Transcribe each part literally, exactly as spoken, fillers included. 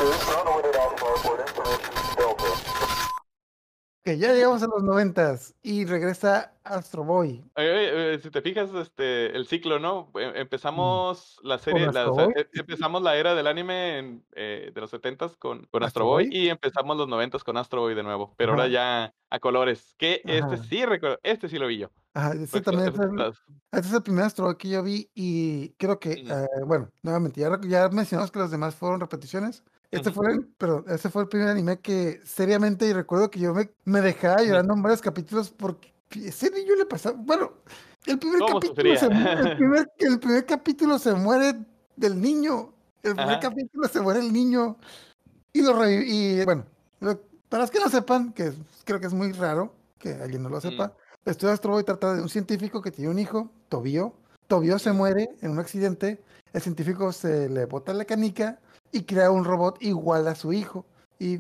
Que ya llegamos a los noventas y regresa Astro Boy. Eh, eh, si te fijas, este, el ciclo, ¿no? E Mm, empezamos la ¿con serie, la Astro o sea, Boy? e empezamos la era del anime en, eh, de los setentas con con Astro ¿Astro Boy Boy? y empezamos los noventas con Astro Boy de nuevo, pero ahora Ajá, ya a colores, que este ajá, sí recuerdo, este sí lo vi yo. ajá, este Fue exa también fue fue el extraso. este es el primer Astro Boy que yo vi y creo que, Ujú, eh, bueno, nuevamente, ya rec ya mencionamos que los demás fueron repeticiones. Este ujú, fue el perdón, este fue el primer anime que seriamente y recuerdo que yo me me dejaba ujú. llorando en varios capítulos porque ese niño le pasaba bueno, el primer ¿Cómo capítulo sufría? se mu el primer el primer capítulo se muere del niño, el primer Ajá, capítulo se muere el niño. Y lo revi y bueno, lo para los que no sepan, que es- creo que es muy raro que alguien no lo mm, sepa, Estudio Astro Boy trata de un científico que tiene un hijo, Tobío. Tobío se mm. muere en un accidente, el científico se le bota la canica y crea un robot igual a su hijo y,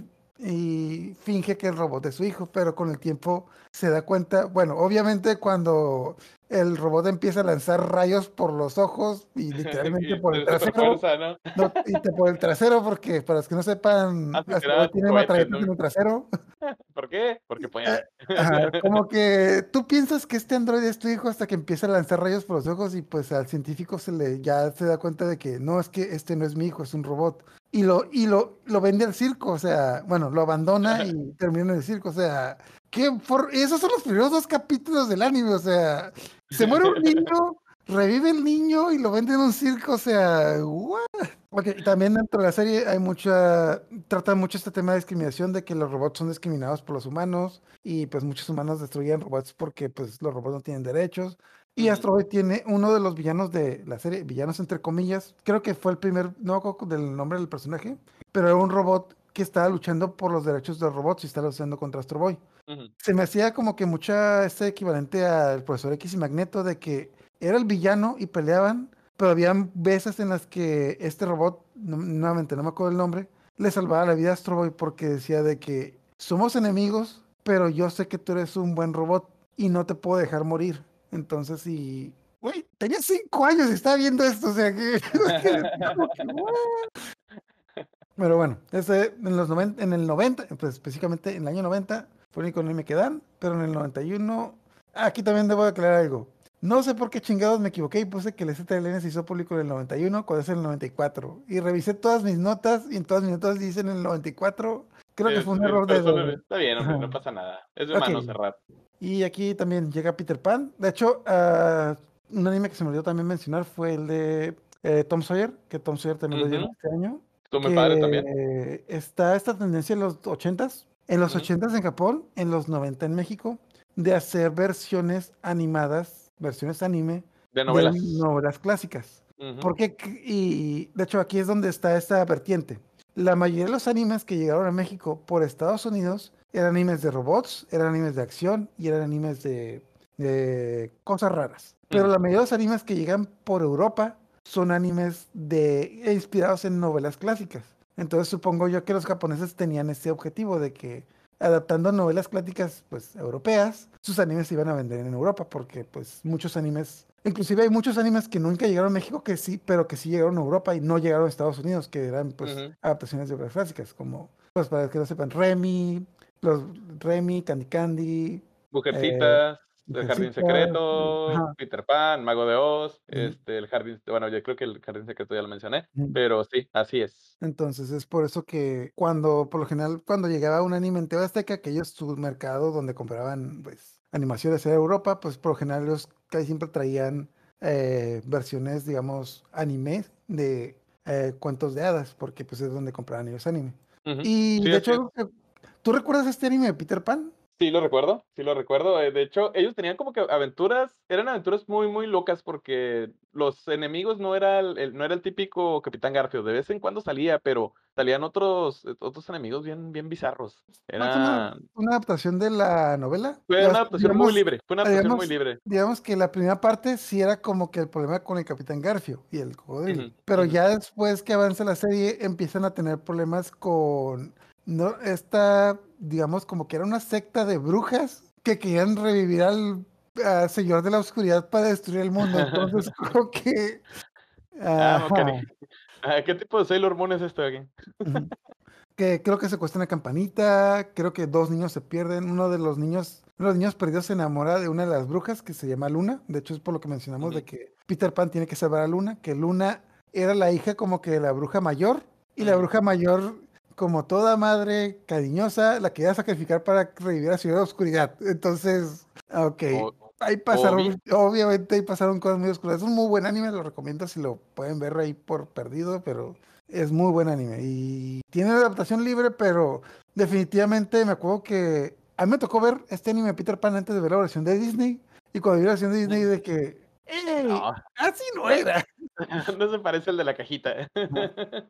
y finge que el robot es su hijo, pero con el tiempo se da cuenta, bueno, obviamente cuando el robot empieza a lanzar rayos por los ojos y literalmente Y por el de super trasero, fuerza, ¿no? no, y te por el trasero, porque para los que no sepan, Hace Astro Boy tirar tiene cohetes, metralletas ¿no? en el trasero. ¿Por qué? Porque Eh, puede. ajá, como que tú piensas que este androide es tu hijo hasta que empieza a lanzar rayos por los ojos y pues al científico se le ya se da cuenta de que no, es que este no es mi hijo, es un robot. Y lo, y lo, lo vende al circo, o sea, bueno, lo abandona y termina en el circo, o sea, qué for- y esos son los primeros dos capítulos del anime, o sea, se muere un niño, revive el niño y lo vende en un circo, o sea, what? Ok, y también dentro de la serie hay mucha, trata mucho este tema de discriminación, de que los robots son discriminados por los humanos y pues muchos humanos destruyen robots porque pues los robots no tienen derechos. Y Ujú, Astro Boy tiene uno de los villanos de la serie, villanos entre comillas, creo que fue el primer, no me acuerdo del nombre del personaje, pero era un robot que estaba luchando por los derechos de los robots y estaba luchando contra Astro Boy. ujú. Se me hacía como que mucha este equivalente al profesor X y Magneto de que era el villano y peleaban, pero habían veces en las que este robot, no- nuevamente no me acuerdo el nombre, le salvaba la vida a Astro Boy porque decía de que somos enemigos, pero yo sé que tú eres un buen robot y no te puedo dejar morir. Entonces, sí, güey, tenía cinco años y estaba viendo esto, o sea que, que como que, "What?". Pero bueno, ese en los noventa, en el noventa, pues específicamente en el año noventa, fue el único anime que dan, pero en el noventa y uno, aquí también debo aclarar algo. No sé por qué chingados me equivoqué y puse que el Z L N se hizo público en el noventa y uno cuando es en el noventa y cuatro. Y revisé todas mis notas y en todas mis notas dicen en el noventa y cuatro. Creo que Es, fue un es error de... persona de- está bien, hombre, Ajá. no pasa nada. Es de Ok. humano cerrar. Y aquí también llega Peter Pan. De hecho, ah, un anime que se me olvidó también mencionar fue el de eh, Tom Sawyer, que Tom Sawyer también lo dieron Ujú. este año, Estuvo muy padre también. que está esta tendencia en los ochentas, en los Ujú. ochentas en Japón, en los noventa en México, de hacer versiones animadas, versiones anime De de novelas. novelas clásicas. Ujú, Porque, y de hecho aquí es donde está esta vertiente. La mayoría de los animes que llegaron a México por Estados Unidos eran animes de robots, eran animes de acción y eran animes de, de cosas raras. Pero ujú. la mayoría de los animes que llegan por Europa son animes de, inspirados en novelas clásicas. Entonces supongo yo que los japoneses tenían ese objetivo de que adaptando novelas clásicas pues europeas, sus animes se iban a vender en Europa porque pues muchos animes, inclusive hay muchos animes que nunca llegaron a México que sí, pero que sí llegaron a Europa y no llegaron a Estados Unidos, que eran pues Ujú. adaptaciones de obras clásicas, como pues para que no sepan, Remy, los Remy, Candy Candy, eh, Mujercitas, El Jardín Mujercitas, Secreto, ajá, Peter Pan, Mago de Oz, y- este, el Jardín, bueno, yo creo que el Jardín Secreto ya lo mencioné, y- pero sí, así es. entonces es por eso que cuando, por lo general, cuando llegaba un anime en T V Azteca, que ellos su mercado donde compraban pues animaciones era Europa, pues por lo general ellos casi siempre traían eh, versiones, digamos, anime de eh, cuentos de hadas, porque pues es donde compraban ellos anime. Ujú. Y Sí, de así es. hecho, ¿tú recuerdas este anime de Peter Pan? Sí, lo recuerdo, sí lo recuerdo. Eh, de hecho, ellos tenían como que aventuras, eran aventuras muy, muy locas porque los enemigos no era el, el- no era el típico Capitán Garfio. De vez en cuando salía, pero salían otros, eh, otros enemigos bien, bien bizarros. Más una, Era, una adaptación de la novela. fue Ya una ves, adaptación muy digamos, libre, fue una adaptación muy digamos, libre. digamos que la primera parte sí era como que el problema con el Capitán Garfio y el Ujú, cocodrilo. Pero ujú. ya después que avanza la serie empiezan a tener problemas con no esta, digamos, como que era una secta de brujas que querían revivir al, al Señor de la Oscuridad para destruir el mundo. Entonces, como que Ah, ok. ajá. Ah, ¿qué tipo de Sailor Moon es esto aquí? Ujú. Que creo que secuestran a Campanita, creo que dos niños se pierden, uno de los niños, uno de los niños perdidos se enamora de una de las brujas que se llama Luna, de hecho es por lo que mencionamos de Ujú, que Peter Pan tiene que salvar a Luna, que Luna era la hija como que de la bruja mayor, y la ujú. bruja mayor, como toda madre cariñosa, la quería sacrificar para revivir a Ciudad de la Oscuridad, entonces, ok, O ahí Obi. pasaron, obviamente ahí pasaron cosas muy oscuras, es un muy buen anime, lo recomiendo si lo pueden ver ahí por perdido, pero... Es muy buen anime y tiene adaptación libre, pero definitivamente me acuerdo que a mí me tocó ver este anime Peter Pan antes de ver la versión de Disney y cuando vi la versión de Disney Mm, de que, ¡ey! no, Así no era. no se parece al de la cajita. Ajá.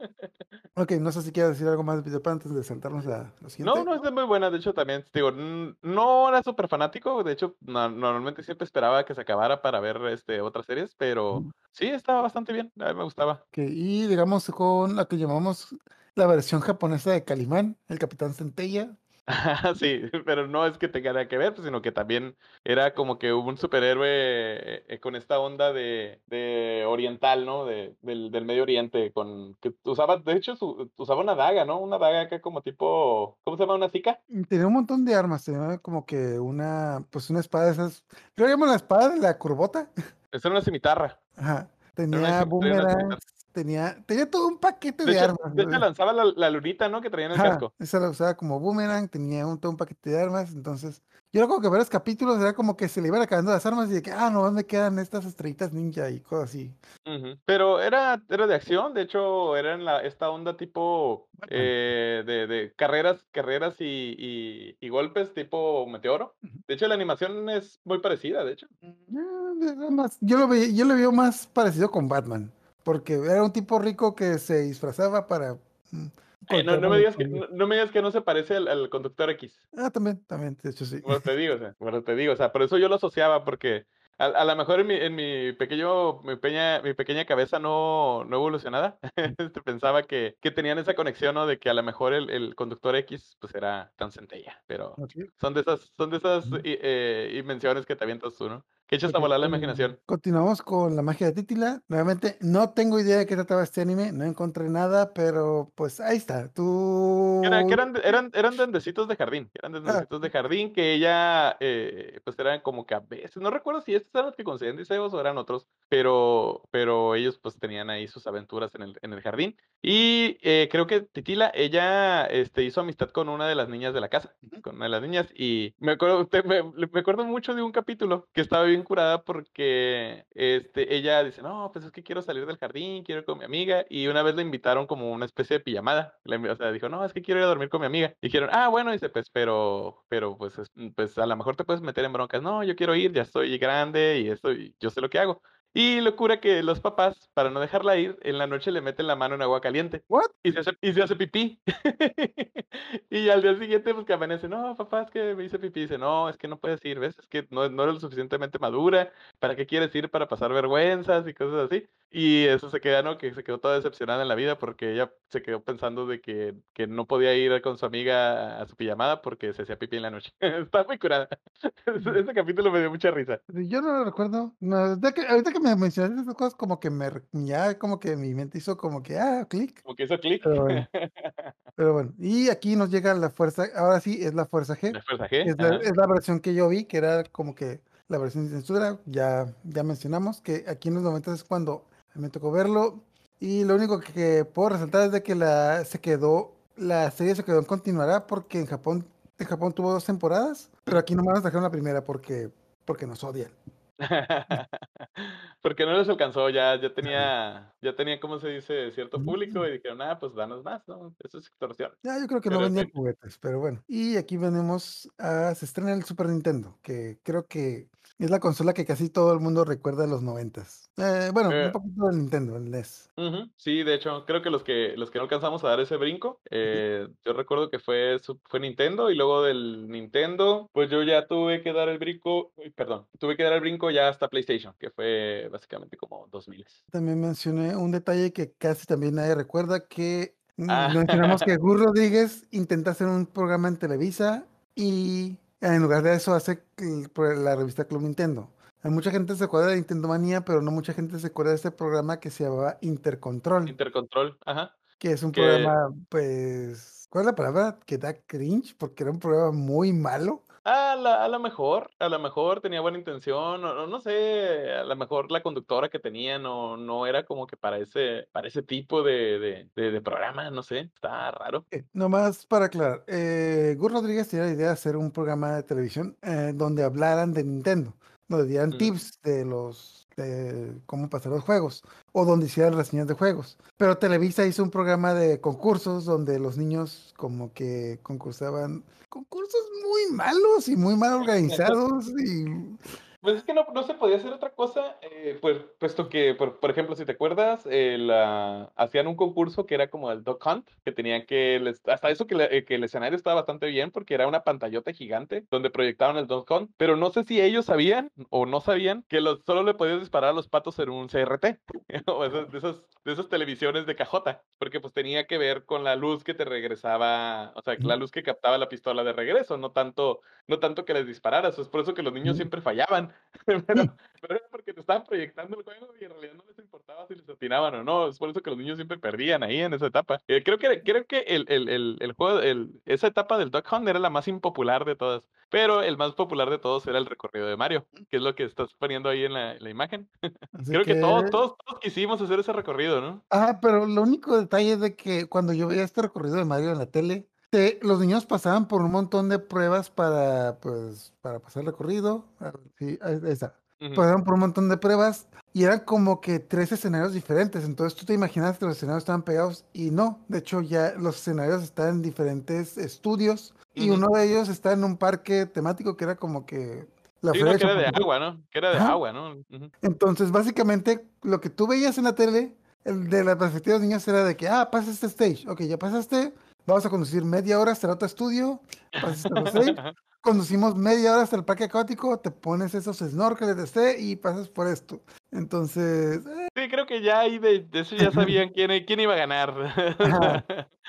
Ok, no sé si quieres decir algo más de Peter Pan antes de saltarnos a lo No, siguiente. no, es muy buena. De hecho, también, te digo, n- no era súper fanático. De hecho, no- normalmente siempre esperaba que se acabara para ver este, otras series, pero Ujú. sí, estaba bastante bien. A mí me gustaba. Ok, y digamos con la que llamamos la versión japonesa de Calimán, el Capitán Centella. Sí, pero no es que tenga nada que ver, pues, sino que también era como que un superhéroe eh, eh, con esta onda de, de oriental, ¿no? De, del, del Medio Oriente, con que usaba, de hecho, su- usaba una daga, ¿no? Una daga acá como tipo, ¿cómo se llama? Una Zika. Y tenía un montón de armas, tenía como que una, pues una espada de esas, creo que llaman la espada de la curvota. Esa era una cimitarra. Ajá. Era una, Tenía cim- traía una cimitarra. boomerangs, tenía, tenía todo un paquete De de hecho, armas, de hecho güey. lanzaba la, la lunita, ¿no? Que traía en el Ajá, casco. esa la usaba como boomerang, tenía un, todo un paquete de armas, entonces, yo recuerdo que varios capítulos era como que se le iban acabando las armas y de que, ah, no, me quedan estas estrellitas ninja y cosas así. Ujú. Pero era, era de acción, de hecho, era en la, esta onda tipo Batman. eh, de, de carreras, carreras y, y, y golpes tipo meteoro. Ujú. De hecho, la animación es muy parecida, de hecho. Mm, era más- yo lo veía, yo lo veo más parecido con Batman, porque era un tipo rico que se disfrazaba para mm, Eh, no, golpear no me malos digas que, hombres. no, no me digas que no se parece al, al conductor X. Ah, también, también, de hecho sí. Bueno, te digo, o sea, bueno, te digo, o sea, por eso yo lo asociaba, porque a, a lo mejor en mi, en mi pequeño, mi pequeña, mi pequeña cabeza no, no evolucionada, este, pensaba que, que tenían esa conexión, ¿no? De que a lo mejor el, el conductor X, pues era tan centella, pero Ok. son de esas, son de esas Ujú. i- eh, invenciones que te avientas tú, ¿no? Que echas a Ok, volar la con- imaginación. continuamos con la magia de Títila. Nuevamente, no tengo idea de qué trataba este anime, no encontré nada, pero pues ahí está. Que era- que Tú. eran, eran, eran duendecitos de jardín, eran Ah, duendecitos de jardín que ella, eh, pues eran como que a veces, no recuerdo si estos eran los que concedían deseos o eran otros, pero, pero ellos pues tenían ahí sus aventuras en el, en el jardín. Y eh, creo que Titila, ella este, hizo amistad con una de las niñas de la casa, ujú. con una de las niñas, y me acuerdo, te- me, me acuerdo mucho de un capítulo que estaba bien curada porque este, ella dice, no, pues es que quiero salir del jardín, quiero ir con mi amiga, y una vez le invitaron como una especie de pijamada, le envi- o sea, dijo, no, es que quiero ir a dormir con mi amiga. Dijeron, ah, bueno, dice, pues, pero, pero, pues, es- pues a lo mejor te puedes meter en broncas. No, yo quiero ir, ya estoy grande y estoy, yo sé lo que hago. Y locura que los papás, para no dejarla ir, en la noche le meten la mano en agua caliente ¿What? y se hace, y se hace pipí. Y al día siguiente, pues que amanece, no, papá, es que me hice pipí. Dice, no, es que no puedes ir, ¿ves? Es que no, no eres lo suficientemente madura. ¿Para qué quieres ir? Para pasar vergüenzas y cosas así. Y eso se queda, ¿no? Que se quedó toda decepcionada en la vida porque ella se quedó pensando de que, que no podía ir con su amiga a su pijamada porque se hacía pipí en la noche. Está muy curada. Ese, ese capítulo me dio mucha risa. Sí, yo no lo recuerdo. No, ahorita que, ahorita que me mencionaste esas cosas, como que me, re- ya como que mi mente hizo como que, ah, clic. Como que hizo clic. Pero bueno, pero bueno. Y aquí nos llega la fuerza, ahora sí es la fuerza G. La fuerza G. Es la, Ajá. es la versión que yo vi, que era como que la versión sin censura. Ya, ya mencionamos que aquí en los momentos es cuando me tocó verlo. Y lo único que puedo resaltar es de que la, se quedó, la serie se quedó en continuará porque en Japón, en Japón tuvo dos temporadas, pero aquí nomás nos dejaron la primera porque, porque nos odian. Porque no les alcanzó, ya, ya tenía, ya tenía, ¿cómo se dice? Cierto público Ujú. y dijeron, ah, pues danos más, ¿no? Eso es extorsión. Ya, yo creo que no Pero en vendían fin. juguetes, pero bueno. Y aquí venimos a, se estrena el Super Nintendo, que creo que es la consola que casi todo el mundo recuerda de los noventas. Eh, bueno, un Eh, poquito del Nintendo, el N E S. Ujú, sí, de hecho, creo que los que los que no alcanzamos a dar ese brinco, Ujú. eh, yo recuerdo que fue, su- fue Nintendo y luego del Nintendo, pues yo ya tuve que dar el brinco, uy, perdón, tuve que dar el brinco ya hasta PlayStation, que fue básicamente como dos mil. También mencioné un detalle que casi también nadie recuerda, que mm, Ah, mencionamos que Gus Rodríguez intenta hacer un programa en Televisa y en lugar de eso hace el- la revista Club Nintendo. Hay mucha gente se acuerda de Nintendo Manía, pero no mucha gente se acuerda de este programa que se llamaba Intercontrol, Intercontrol, ajá. que es un Que programa, pues, ¿cuál es la palabra? Que da cringe, porque era un programa muy malo. a la a la mejor, a la mejor tenía buena intención, o o no sé, a la mejor la conductora que tenía no no era como que para ese para ese tipo de de de de programa, no sé, está raro. Eh, nomás para aclarar, eh, Gus Rodríguez tenía la idea de hacer un programa de televisión eh, donde hablaran de Nintendo, donde dieran Ujú. tips de los de cómo pasar los juegos o donde hicieran reseñas de juegos. Pero Televisa hizo un programa de concursos donde los niños como que concursaban concursos muy malos y muy mal organizados y Pues es que no no se podía hacer otra cosa, eh, pues, puesto que, por por ejemplo, si te acuerdas, eh, la hacían un concurso que era como el Duck Hunt, que tenían que les hasta eso que le eh, que el escenario estaba bastante bien, porque era una pantallota gigante donde proyectaban el Duck Hunt, pero no sé si ellos sabían o no sabían que los solo le podías disparar a los patos en un C R T, o esas de esas de esas televisiones de cajota, porque, pues, tenía que ver con la luz que te regresaba, o sea, la ujú, luz que captaba la pistola de regreso, no tanto no tanto que les dispararas, es por eso que los niños ujú, siempre fallaban. Pero, pero era porque te estaban proyectando el juego y en realidad no les importaba si les atinaban o no. Es por eso que los niños siempre perdían ahí en esa etapa. Eh, creo que, creo que el, el, el, el juego, el, esa etapa del Duck Hunt era la más impopular de todas. Pero el más popular de todos era el recorrido de Mario, que es lo que estás poniendo ahí en la, en la imagen. así Creo que que todos, todos, todos quisimos hacer ese recorrido, ¿no? ah, pero lo único detalle es de que cuando yo veía este recorrido de Mario en la tele, te- los niños pasaban por un montón de pruebas para, pues, para pasar el recorrido. A ver, sí, ahí ahí está. Ujú, Pasaban por un montón de pruebas y eran como que tres escenarios diferentes. Entonces tú te imaginas que los escenarios estaban pegados y no. De hecho, ya los escenarios están en diferentes estudios y ujú. uno de ellos está en un parque temático que era como que la Sí, Feria no, de que era de Chapultepec. agua, ¿no? Que era de Ajá. agua, ¿no? Ujú, Entonces, básicamente, lo que tú veías en la tele, el de la perspectiva de los niños era de que, ah, pasa este stage, ok, ya pasaste, vamos a conducir media hora hasta el otro estudio, pasas este otro stage, conducimos media hora hasta el parque acuático, te pones esos snorkels de este y pasas por esto. Entonces, eh, Sí, creo que ya ahí de, de eso ya sabían quién, quién iba a ganar. ajá.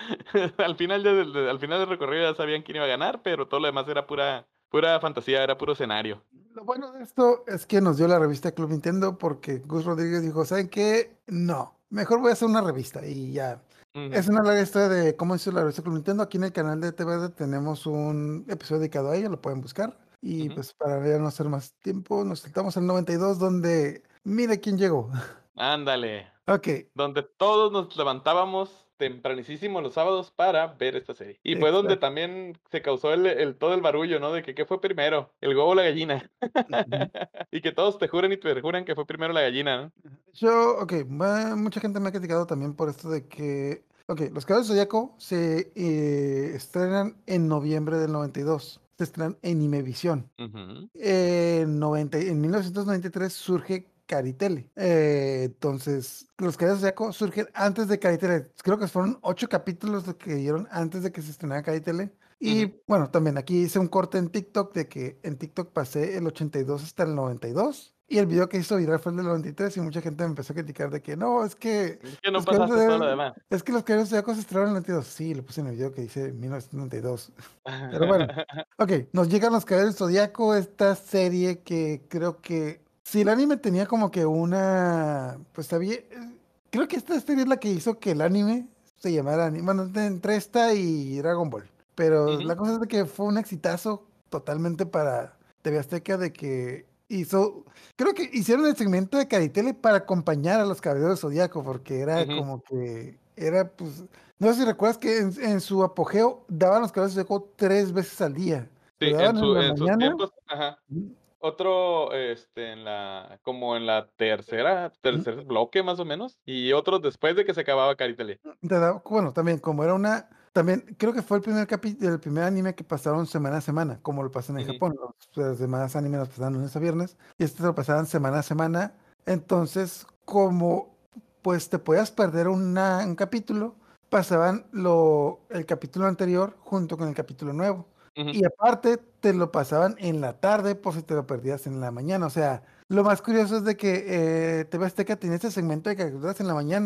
Al final del, de- al final del recorrido ya sabían quién iba a ganar, pero todo lo demás era pura, pura fantasía, era puro escenario. Lo bueno de esto es que nos dio la revista Club Nintendo porque Gus Rodríguez dijo, ¿saben qué? No, mejor voy a hacer una revista y ya. Es Ujú, una larga historia de cómo hizo la revista Club Nintendo. Aquí en el canal de T V R tenemos un episodio dedicado a ella, lo pueden buscar. Y ujú. pues para ya no hacer más tiempo, nos saltamos al noventa y dos donde, mire quién llegó. Ándale, Ok, donde todos nos levantábamos tempranísimo los sábados para ver esta serie. Y fue donde exacto. también se causó el, el- todo el barullo, ¿no? De que qué fue primero, el huevo o la gallina. Ujú. Y que todos te juran y te juran que fue primero la gallina, ¿no? Yo, ok, ma- mucha gente me ha criticado también por esto de que, ok, Los Caballeros del Zodiaco se eh, estrenan en noviembre del noventa y dos, se estrenan en Imevisión. Ujú, En, noventa en mil novecientos noventa y tres surge Caritele. Eh, entonces, Los Caballeros del Zodiaco surgen antes de Caritele. Creo que fueron ocho capítulos los que dieron antes de que se estrenara Caritele. ujú. Y bueno, también aquí hice un corte en TikTok de que en TikTok pasé el ochenta y dos hasta el noventa y dos. Y el video que hizo viral fue el del noventa y tres y mucha gente me empezó a criticar de que no, es que Es que no los caballeros pasaste todo lo de, demás. es que los caballeros de Zodiaco se estrenaron en el noventa y dos. Sí, lo puse en el video que dice mil novecientos noventa y dos. Pero bueno, ok, nos llegan los Caballeros del Zodiaco, esta serie que creo que si el anime tenía como que una, pues había, eh, creo que esta serie es la que hizo que el anime se llamara anime, bueno, de- entre esta y Dragon Ball. Pero la Ujú, cosa es de que fue un exitazo totalmente para T V Azteca de que hizo, creo que hicieron el segmento de Caritele para acompañar a los Caballeros del Zodiaco, porque era ujú. como que, era pues, no sé si recuerdas que en, en su apogeo daban los Caballeros del Zodiaco tres veces al día. Lo Sí, en daban en su la en sus mañana. tiempos, ajá. Ujú, Otro, este, en la como en la tercera ujú. tercer bloque, más o menos, y otros después de que se acababa Caritele. Te da- bueno, también como era una, también creo que fue el primer capítulo, el primer anime que pasaron semana a semana, como lo pasan en Ujú, Japón. Los, los demás animes los pasaban lunes a viernes y este lo pasaban semana a semana. Entonces, como pues te podías perder una- un capítulo, pasaban lo, el capítulo anterior junto con el capítulo nuevo. ujú. Y aparte te lo pasaban en la tarde por si te lo perdías en la mañana. O sea, lo más curioso es de que eh, T V Azteca tenía este segmento de caricaturas en la mañana,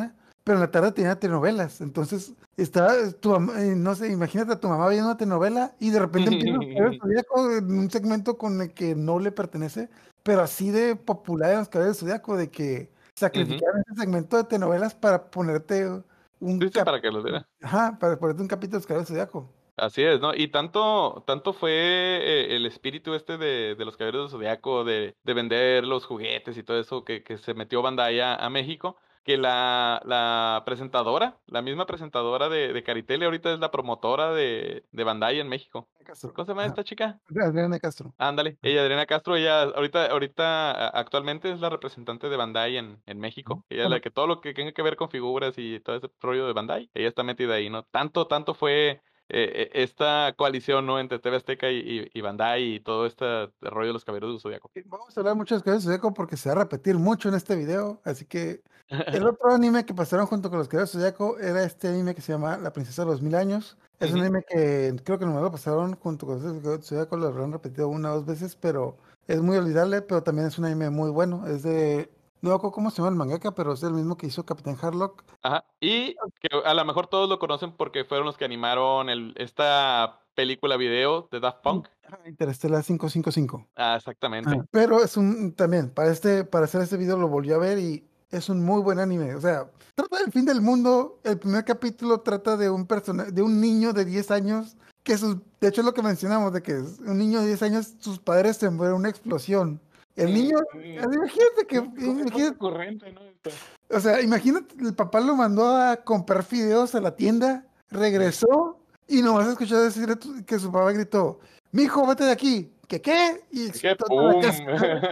pero en la tarde tenía telenovelas. Entonces, estaba tu mamá, eh, no sé, imagínate a tu mamá viendo una telenovela y de repente empieza Los Caballeros del Zodiaco en un segmento con el que no le pertenece, pero así de popular en Los Caballeros del Zodiaco, de que Ujú. sacrificaron ese segmento de telenovelas para ponerte un Sí, sí, para que los capítulo, viera. ajá, para ponerte un capítulo de Los Caballeros del Zodiaco. Así es, ¿no? Y tanto, tanto fue eh, el espíritu este de, de los Caballeros del Zodiaco, de, de vender los juguetes y todo eso, que, que se metió Bandai a, a México, que la, la presentadora, la misma presentadora de, de Caritele, ahorita es la promotora de, de Bandai en México. De Castro. ¿Cómo se llama Ajá. esta chica? Adriana de Castro. Ándale, ella, Adriana Castro, ella ahorita, ahorita, a- actualmente es la representante de Bandai en, en Ujú. México. Ella es la Bueno, que todo lo que tenga que ver con figuras y todo ese rollo de Bandai, ella está metida ahí, ¿no? Tanto, tanto fue eh, eh, esta coalición, ¿no? Entre T V Azteca y, y, y Bandai y todo este rollo de los Caballeros del Zodiaco. y vamos a hablar mucho de Los Caballeros del Zodiaco porque se va a repetir mucho en este video. Así que el otro anime que pasaron junto con Los Caballeros del Zodiaco era este anime que se llama La Princesa de los Mil Años. Es un Ujú. anime que creo que nomás lo pasaron junto con Los Caballeros del Zodiaco, lo habrán repetido una o dos veces, pero es muy olvidable, pero también es un anime muy bueno. Es de, no me acuerdo cómo se llama el mangaka, pero es el mismo que hizo Capitán Harlock. Ajá, y que a lo mejor todos lo conocen porque fueron los que animaron el, esta película video de Daft Mm, Punk. ajá, Interstellar quinientos cincuenta y cinco. Ah, Ah, exactamente. pero es un, también, para este, para hacer este video lo volví a ver y es un muy buen anime. O sea, trata del fin del mundo. El primer capítulo trata de un personaje, de un niño de diez años, que sus, de hecho es lo que mencionamos, de que es un niño de diez años, sus padres se mueren en una explosión. El Mm, niño, mm. imagínate que, Es muy, recu- es muy imagínate, recurrente, ¿no? Esto. o sea, imagínate, el papá lo mandó a comprar fideos a la tienda, Ujú. regresó y nomás escuchó decir a tu- que su papá gritó, mijo, vete de aquí. ¿Qué qué? Y ¡Qué explota la casa. pum!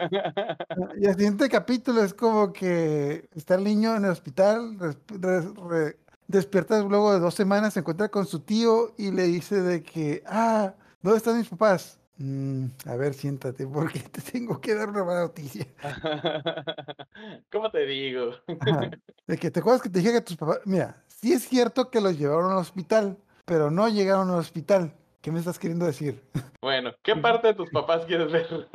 Y el siguiente capítulo es como que está el niño en el hospital, res- re- re- despierta luego de dos semanas, se encuentra con su tío y le dice de que, ah, ¿dónde están mis papás? "Mm, a ver, siéntate, porque te tengo que dar una mala noticia. ¿Cómo te digo? Ajá. De que te acuerdas que te dije que tus papás, mira, sí es cierto que los llevaron al hospital, pero no llegaron al hospital. ¿Qué me estás queriendo decir? Bueno, ¿qué parte de tus papás quieres ver?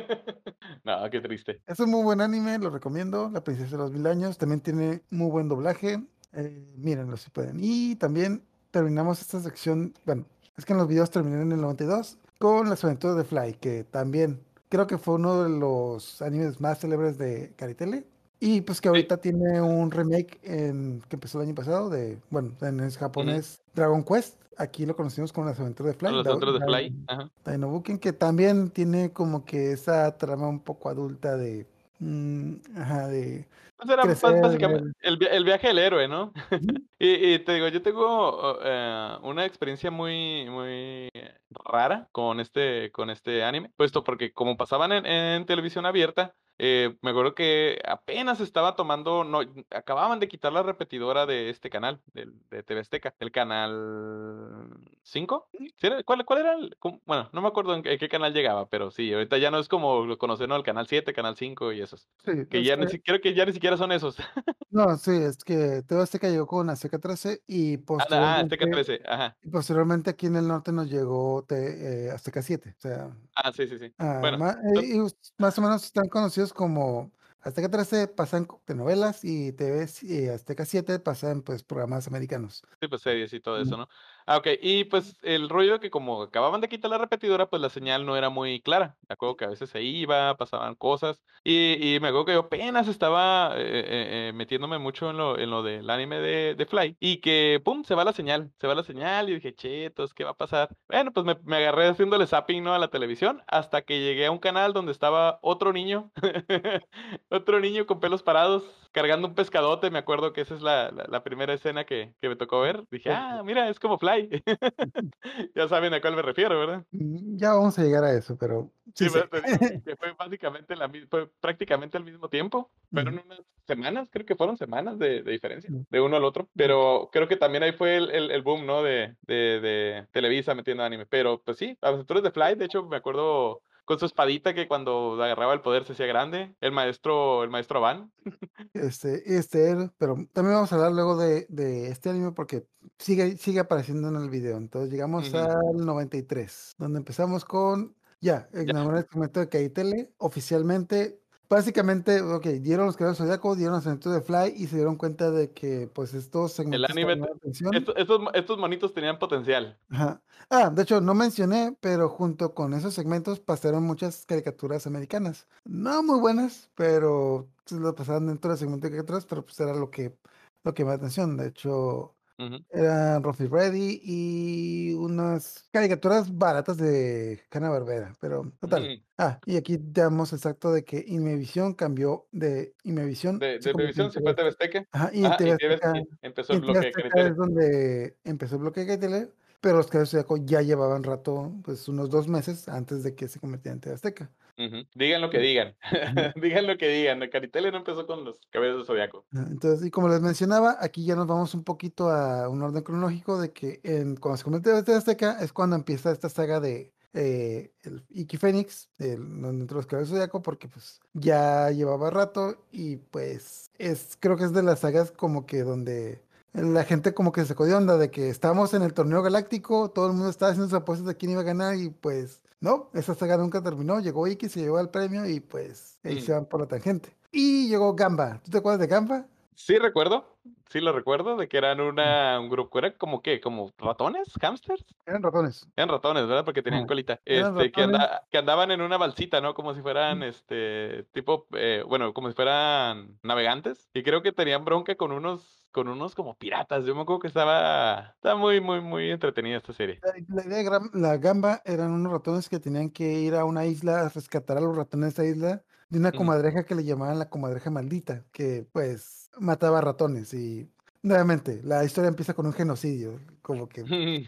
No, qué triste. Es un muy buen anime, lo recomiendo. La Princesa de los Mil Años también tiene muy buen doblaje. Eh, mírenlo si pueden. Y también terminamos esta sección. Bueno, es que en los videos terminé en el noventa y dos con Las Aventuras de Fly, que también creo que fue uno de los animes más célebres de Caritele. Y pues que Sí. ahorita tiene un remake en, que empezó el año pasado de, bueno, en es Ujú. japonés Dragon Quest. Aquí lo conocimos como Las Aventuras de Fly, Los Da- otros de Da- Fly. Ajá. Dainobuken, que también tiene como que esa trama un poco adulta de, mm, ajá, de Pues era crecer, bás- básicamente ver. el, via- el viaje del héroe, ¿no? Ujú. Y, y te digo, yo tengo oh, eh, una experiencia muy, muy rara con este, con este anime, puesto porque como pasaban en, en televisión abierta, eh, me acuerdo que apenas estaba tomando, no, acababan de quitar la repetidora de este canal, del, de T V Azteca, el canal cinco. ¿Sí era? ¿Cuál, cuál era el? cómo- Bueno, no me acuerdo en, qué en qué canal llegaba, pero sí, ahorita ya no es como lo conocen, ¿no? El canal siete, canal cinco y esos. Sí, Que es ya que, ni siquiera, creo que ya ni siquiera son esos. no, sí, es que T V Azteca llegó con Azteca trece y Anda, ah, Azteca posteriormente, trece, ajá. y posteriormente aquí en el norte nos llegó te- eh, Azteca siete. O sea, Ah, sí, sí, sí. ah, Bueno, ma- to- eh, y us- más o menos están conocidos como Azteca trece pasan co- telenovelas y T V s- y Azteca siete pasan pues programas americanos. sí, pues series y todo Mm. eso, ¿no? Ah, ok. Y pues el rollo que como acababan de quitar la repetidora, pues la señal no era muy clara. Me acuerdo que a veces se iba, pasaban cosas. Y, y me acuerdo que yo apenas estaba eh, eh, eh, metiéndome mucho en lo, en lo del anime de, de Fly. Y que, pum, se va la señal. Se va la señal y dije, chetos, ¿qué va a pasar? Bueno, pues me, me agarré haciéndole zapping, ¿no? A la televisión. Hasta que llegué a un canal donde estaba otro niño. Otro niño con pelos parados, cargando un pescadote. Me acuerdo que esa es la, la, la primera escena que, que me tocó ver. Dije, ah, mira, es como Fly. Ya saben a cuál me refiero, ¿verdad? Mm, Ya vamos a llegar a eso, pero Sí, sí pero sé. te digo que fue básicamente la, mi- fue prácticamente al mismo tiempo. Fueron Ujú. unas semanas, creo que fueron semanas de, de diferencia, Ujú. de uno al otro. Pero creo que también ahí fue el, el, el boom, ¿no? De, de, de Televisa metiendo anime. Pero pues sí, Aventuras de Fly, de hecho, me acuerdo con su espadita que cuando agarraba el poder se hacía grande. El maestro, el maestro Van. Este, este, pero también vamos a hablar luego de, de este anime porque sigue, sigue apareciendo en el video. Entonces llegamos Ujú. al noventa y tres donde empezamos con, ya, Ya. el momento de Kaitele, oficialmente Básicamente, ok, dieron los Caballeros Zodiaco, dieron los eventos de Fly y se dieron cuenta de que pues estos El segmentos anime, llamaban te- la atención. estos, estos, estos monitos tenían potencial. Ajá. Ah, de hecho, no mencioné, pero junto con esos segmentos pasaron muchas caricaturas americanas. No muy buenas, pero se lo pasaban dentro del segmento de caricaturas, pero pues era lo que, lo que me da atención. De hecho, Ujú, eran Ruffy Reddy y unas caricaturas baratas de Hanna-Barbera, pero total. ujú. Ah, y aquí damos exacto de que Imevisión cambió de Imevisión, De, se de convirtió en Previsión se fue a T V T V Azteca. Azteca. Ajá, y en Ajá, TV y T V Azteca, y empezó y el en T V bloque de Azteca es Caritelera. donde empezó el bloque de tele, pero los Caballeros Zodiaco ya llevaban rato, pues unos dos meses antes de que se convirtiera en T V Azteca. Ujú. Digan lo que Sí. digan. Ajá. Digan lo que digan. Caritele no empezó con los Caballeros del Zodiaco. Ajá, entonces, y como les mencionaba, aquí ya nos vamos un poquito a un orden cronológico de que en, cuando se convierte en T V Azteca es cuando empieza esta saga de eh, el Iki Fénix, el, donde entró los Caballeros del Zodiaco, porque pues ya llevaba rato y pues es, creo que es de las sagas como que donde la gente como que se sacó de onda de que estábamos en el torneo galáctico, todo el mundo estaba haciendo sus apuestas de quién iba a ganar y pues no, esa saga nunca terminó, llegó Iki, se llevó el premio y pues ahí se Ujú. van por la tangente. Y llegó Gamba. ¿Tú te acuerdas de Gamba? Sí recuerdo, sí lo recuerdo, de que eran Mm. una, un grupo, ¿era como qué? ¿Como ratones? ¿Hamsters? Eran ratones. Eran ratones, ¿verdad? Porque tenían Ajá. colita. Eran Este, que ratones. anda, que andaban en una balsita, ¿no? Como si fueran, Mm. este, tipo, eh, bueno, como si fueran navegantes. Y creo que tenían bronca con unos, con unos como piratas. Yo me acuerdo que estaba, estaba muy, muy, muy entretenida esta serie. La, la idea de Gram- la Gamba eran unos ratones que tenían que ir a una isla a rescatar a los ratones de esa isla de una Ujú. comadreja que le llamaban la comadreja maldita, que pues mataba ratones. Y nuevamente, la historia empieza con un genocidio, como que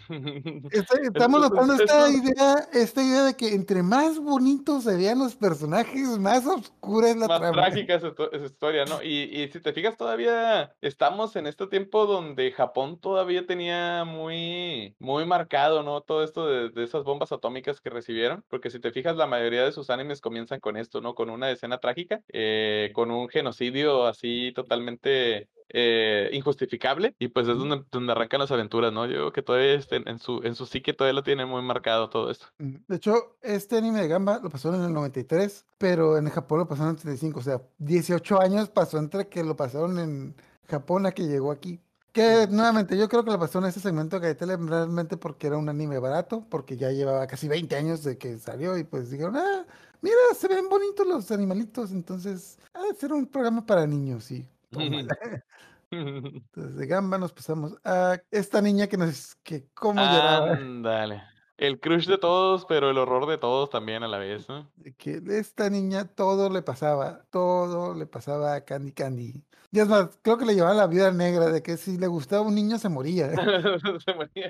Está- Es- estamos es- notando esta Estos idea, esta idea de que entre más bonitos se vean los personajes, más oscura es la más trama. trágica esa histo- esa historia, ¿no? Y, y si te fijas, todavía estamos en este tiempo donde Japón todavía tenía muy, muy marcado, ¿no? Todo esto de, de esas bombas atómicas que recibieron, porque si te fijas, la mayoría de sus animes comienzan con esto, ¿no? Con una escena trágica, eh, con un genocidio así totalmente eh, injustificable, y pues es donde, donde arrancan las aventuras, ¿no? Yo creo que todavía este, en su, en su psique todavía lo tiene muy marcado todo esto. Mm, De hecho, este anime de Gamba lo pasaron en el noventa y tres, pero en Japón lo pasaron en el treinta y cinco, o sea, dieciocho años pasó entre que lo pasaron en Japón a que llegó aquí. Que nuevamente, yo creo que lo pasaron en ese segmento de Tele realmente porque era un anime barato, porque ya llevaba casi veinte años de que salió y pues dijeron, ah, mira, se ven bonitos los animalitos, entonces, ha de ser un programa para niños y tómala. Entonces, de Gamba nos pasamos a esta niña que nos, que cómo lloraba. Ándale. El crush de todos, pero el horror de todos también a la vez, ¿no? De que de esta niña todo le pasaba, todo le pasaba a Candy Candy. Y es más, creo que le llevaba la vida negra, de que si le gustaba un niño se moría. Se moría.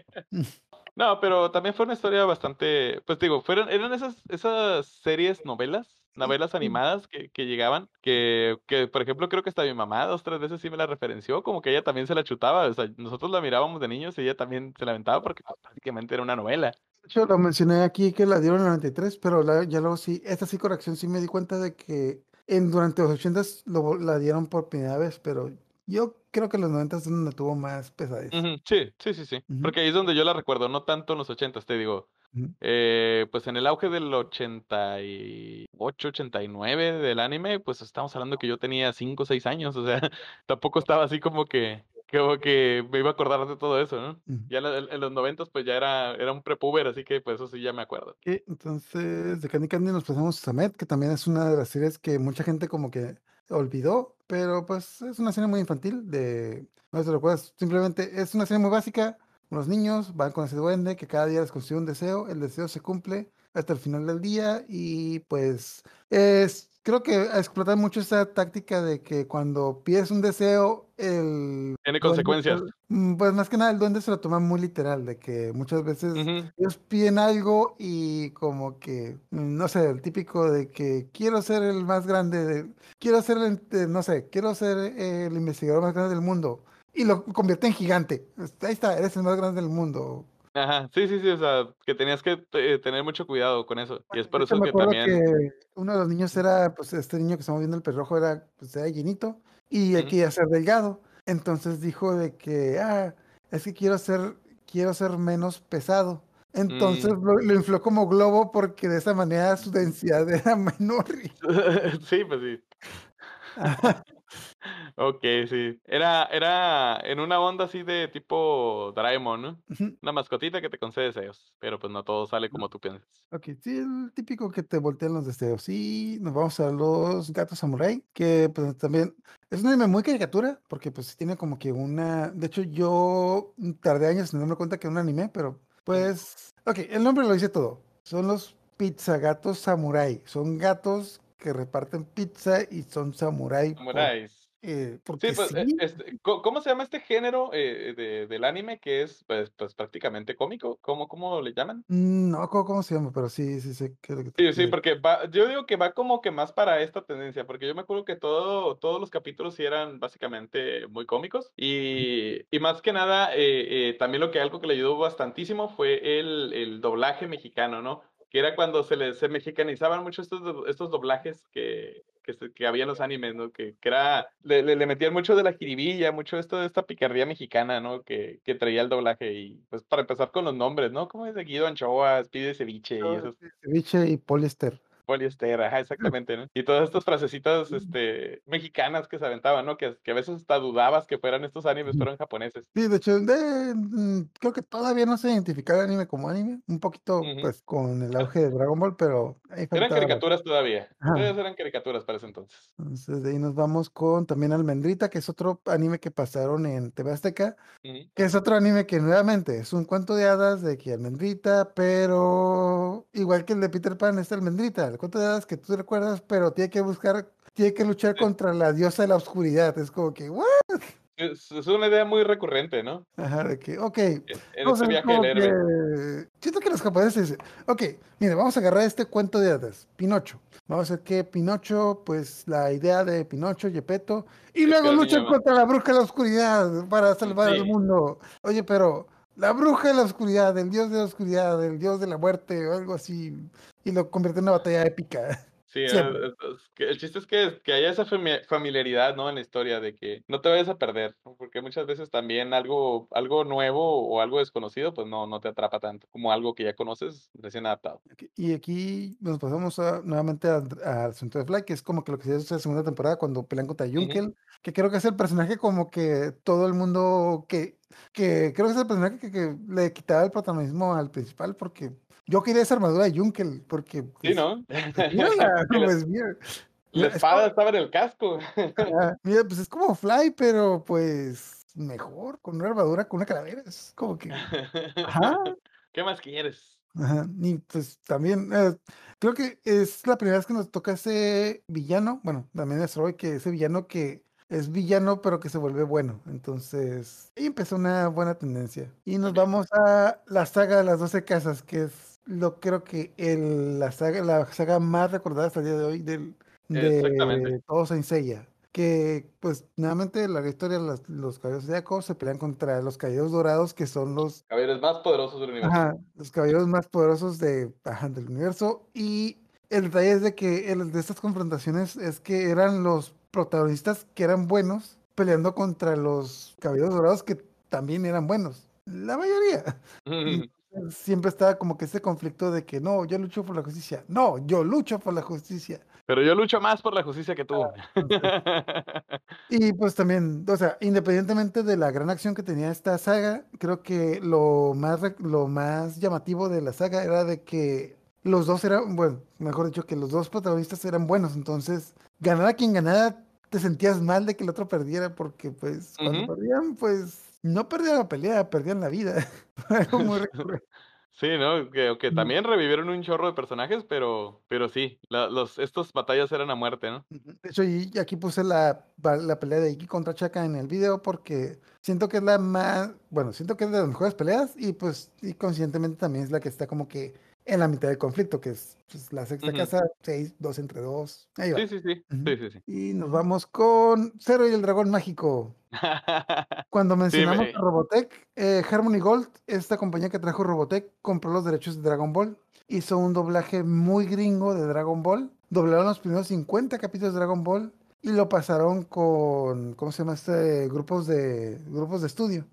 No, pero también fue una historia bastante, pues digo, fueron, eran esas, esas series novelas, Sí, novelas sí. animadas que, que llegaban, que, que, por ejemplo, creo que hasta mi mamá dos, tres veces sí me la referenció, como que ella también se la chutaba, o sea, nosotros la mirábamos de niños y ella también se la aventaba porque pues, prácticamente era una novela. De hecho, lo mencioné aquí que la dieron en el noventa y tres, pero la- ya luego sí, esta sí corrección sí me di cuenta de que en, durante los ochentas lo, la dieron por primera vez, pero yo creo que en los noventas es donde tuvo más pesadez. Ujú, sí, sí, sí, sí. Ujú, Porque ahí es donde yo la recuerdo, no tanto en los ochentas, te digo. ujú, Eh, pues en el auge del ochenta y ocho, ochenta y nueve del anime, pues estamos hablando que yo tenía cinco o seis años, o sea, tampoco estaba así como que, como que me iba a acordar de todo eso, ¿no? ujú. Ya en, en- en los noventas pues ya era, era un prepuber, así que pues eso sí ya me acuerdo. Ok, entonces, de Candy Candy nos pasamos a Samet, que también es una de las series que mucha gente como que olvidó, pero pues es una serie muy infantil, de, no sé si te recuerdas, simplemente es una serie muy básica, unos niños van con ese duende que cada día les consigue un deseo, el deseo se cumple hasta el final del día y pues es, creo que explotan mucho esa táctica de que cuando pides un deseo, el Tiene duende, consecuencias. mm, pues más que nada el duende se lo toma muy literal, de que muchas veces Ujú. ellos piden algo y como que, mm, no sé, el típico de que quiero ser el más grande, de- quiero ser, el, eh, no sé, quiero ser eh, el investigador más grande del mundo. Y lo convierte en gigante. Ahí está, eres el más grande del mundo. Ajá, sí, sí, sí, o sea, que tenías que eh, tener mucho cuidado con eso. Y es por De hecho, eso me que acuerdo que también... uno de los niños era, pues, este niño que estamos viendo, el pelirrojo, era, pues, era llenito y él Ujú. quería ser delgado. Entonces dijo de que, ah, es que quiero ser, quiero ser menos pesado. Entonces Mm. lo, lo infló como globo porque de esa manera su densidad era menor. y- Sí, pues sí. Ajá, Okey, sí. Era era en una onda así de tipo Doraemon, ¿no? ujú. Una mascotita que te concede deseos, pero, pues, no todo sale como tú piensas. Ok, sí, el típico que te voltean los deseos. Y nos vamos a los gatos samurai, que pues también es un anime muy caricatura, porque pues sí tiene como que una... De hecho, yo tardé años en darme cuenta que era un anime, pero Ujú. pues... Ok, el nombre lo dice todo. Son los pizzagatos samurai. Son gatos que reparten pizza y son samurai por, Samuráis. eh, Sí, porque pues, eh, sí. este, ¿có cómo se llama este género, eh, de del anime que es, pues pues, prácticamente cómico? ¿Cómo cómo le llaman? mm, No me acuerdo cómo se llama, pero sí, sí sé qué es lo que te Sí, sí, refieres. porque va yo digo que va como que más para esta tendencia, porque yo me acuerdo que todo todos los capítulos sí eran básicamente muy cómicos, y y más que nada, eh eh, también lo que algo que le ayudó bastantísimo fue el el doblaje mexicano, ¿no? Que era cuando se les se mexicanizaban mucho estos do estos doblajes que que se que había en los animes, ¿no? Que que era le le le metían mucho de la jiribilla, mucho esto de esta picardía mexicana, ¿no? Que que traía el doblaje y, pues, para empezar con los nombres, ¿no? ¿Cómo es de Guido Anchoas, Pide Ceviche y esos Ceviche y poliéster. poliéster, ajá, exactamente, ¿no? Y todas estas frasecitas, este, mexicanas que se aventaban, ¿no? Que que a veces hasta dudabas que fueran estos animes, Ujú. fueran japoneses. Sí, de hecho, de- mm, creo que todavía no se identifica el anime como anime, un poquito Ujú. pues con el E auge de Dragon Ball, pero ahí eran faltaba bastante. caricaturas todavía, Ajá. todavía eran caricaturas para ese entonces. Entonces de ahí nos vamos con también Almendrita, que es otro anime que pasaron en T V Azteca, Ujú. que es otro anime que nuevamente es un cuento de hadas de que Almendrita, pero igual que el de Peter Pan, es Almendrita, el cuento de hadas que tú recuerdas, pero tiene que buscar, tiene que luchar Sí, contra la diosa de la oscuridad. Es como que, ¿what? es es una idea muy recurrente, ¿no? Ajá, de que, ok, E en vamos a este ver viaje del como héroe. que... Siento que los japoneses dicen, ok, mire, vamos a agarrar este cuento de hadas, Pinocho. Vamos a hacer que Pinocho, pues la idea de Pinocho, Gepetto, y Es que luego era niño luchan ma contra la bruja de la oscuridad para mm, salvar al sí. mundo. Oye, pero la bruja de la oscuridad, el dios de la oscuridad, el dios de la muerte o algo así, y lo convierte en una batalla épica. Sí, eh, Siempre. es es que el chiste es que que haya esa fami familiaridad, ¿no? En la historia de que no te vayas a perder, ¿no? Porque muchas veces también algo algo nuevo o algo desconocido, pues no no te atrapa tanto como algo que ya conoces recién adaptado. Ok, y aquí nos pasamos a- nuevamente al al asunto de Fly, que es como que lo que se hace en la segunda temporada cuando pelean contra Ujú. Junkel, que creo que es el personaje como que todo el mundo que, que creo que es el personaje que, que le quitaba el protagonismo al principal, porque yo quería esa armadura de Junkel, porque Sí, pues, ¿no? pues mírala, Que la pues mira, la mira, es como, espada estaba en el casco. ajá, mira, pues es como Fly, pero pues mejor, con una armadura, con una calavera, es como que, ajá. ¿Qué más quieres? Ajá, y pues también eh, creo que es la primera vez que nos toca ese villano, bueno, también es Roy, que ese villano que es villano pero que se vuelve bueno. Entonces, ahí empezó una buena tendencia. Y nos Okey, vamos a la saga de las doce casas, que es lo creo que el, la saga, la saga más recordada hasta el día de hoy del, exactamente. de todo Saint Seiya. Que pues nuevamente la historia, las- los caballeros zodiacos se pelean contra los caballeros dorados, que son los Caballeros más poderosos del universo. Ajá, los caballeros más poderosos de, ajá, del universo. Y el detalle es de que el de estas confrontaciones es que eran los protagonistas que eran buenos peleando contra los caballeros dorados que también eran buenos. La mayoría. Y entonces siempre estaba como que ese conflicto de que no, yo lucho por la justicia. No, yo lucho por la justicia. Pero yo lucho más por la justicia que tú. Entonces, y pues también, o sea, independientemente de la gran acción que tenía esta saga, creo que lo más, rec- lo más llamativo de la saga era de que los dos eran, bueno, mejor dicho, que los dos protagonistas eran buenos. Entonces, ganara quien ganara, te sentías mal de que el otro perdiera, porque pues cuando Ujú. perdían, pues no perdían la pelea, perdían la vida. Algo muy recurrente. Sí, ¿no? Que que también revivieron un chorro de personajes, pero pero sí, la los estos batallas eran a muerte, ¿no? Ujú. De hecho, y y aquí puse la, pa- la pelea de Iki contra Chaka en el video porque siento que es la más, bueno, siento que es de las mejores peleas y pues y conscientemente también es la que está como que en la mitad del conflicto, que es pues, la sexta Ujú. casa, seis, dos entre dos, ahí Sí, va. sí, sí. Ujú. Sí, sí, sí. Y nos vamos con Cero y el dragón mágico. Cuando Sí, mencionamos a me Robotech, eh, Harmony Gold, esta compañía que trajo Robotech, compró los derechos de Dragon Ball, hizo un doblaje muy gringo de Dragon Ball, doblaron los primeros cincuenta capítulos de Dragon Ball y lo pasaron con, ¿cómo se llama este? Grupos de, grupos de estudio.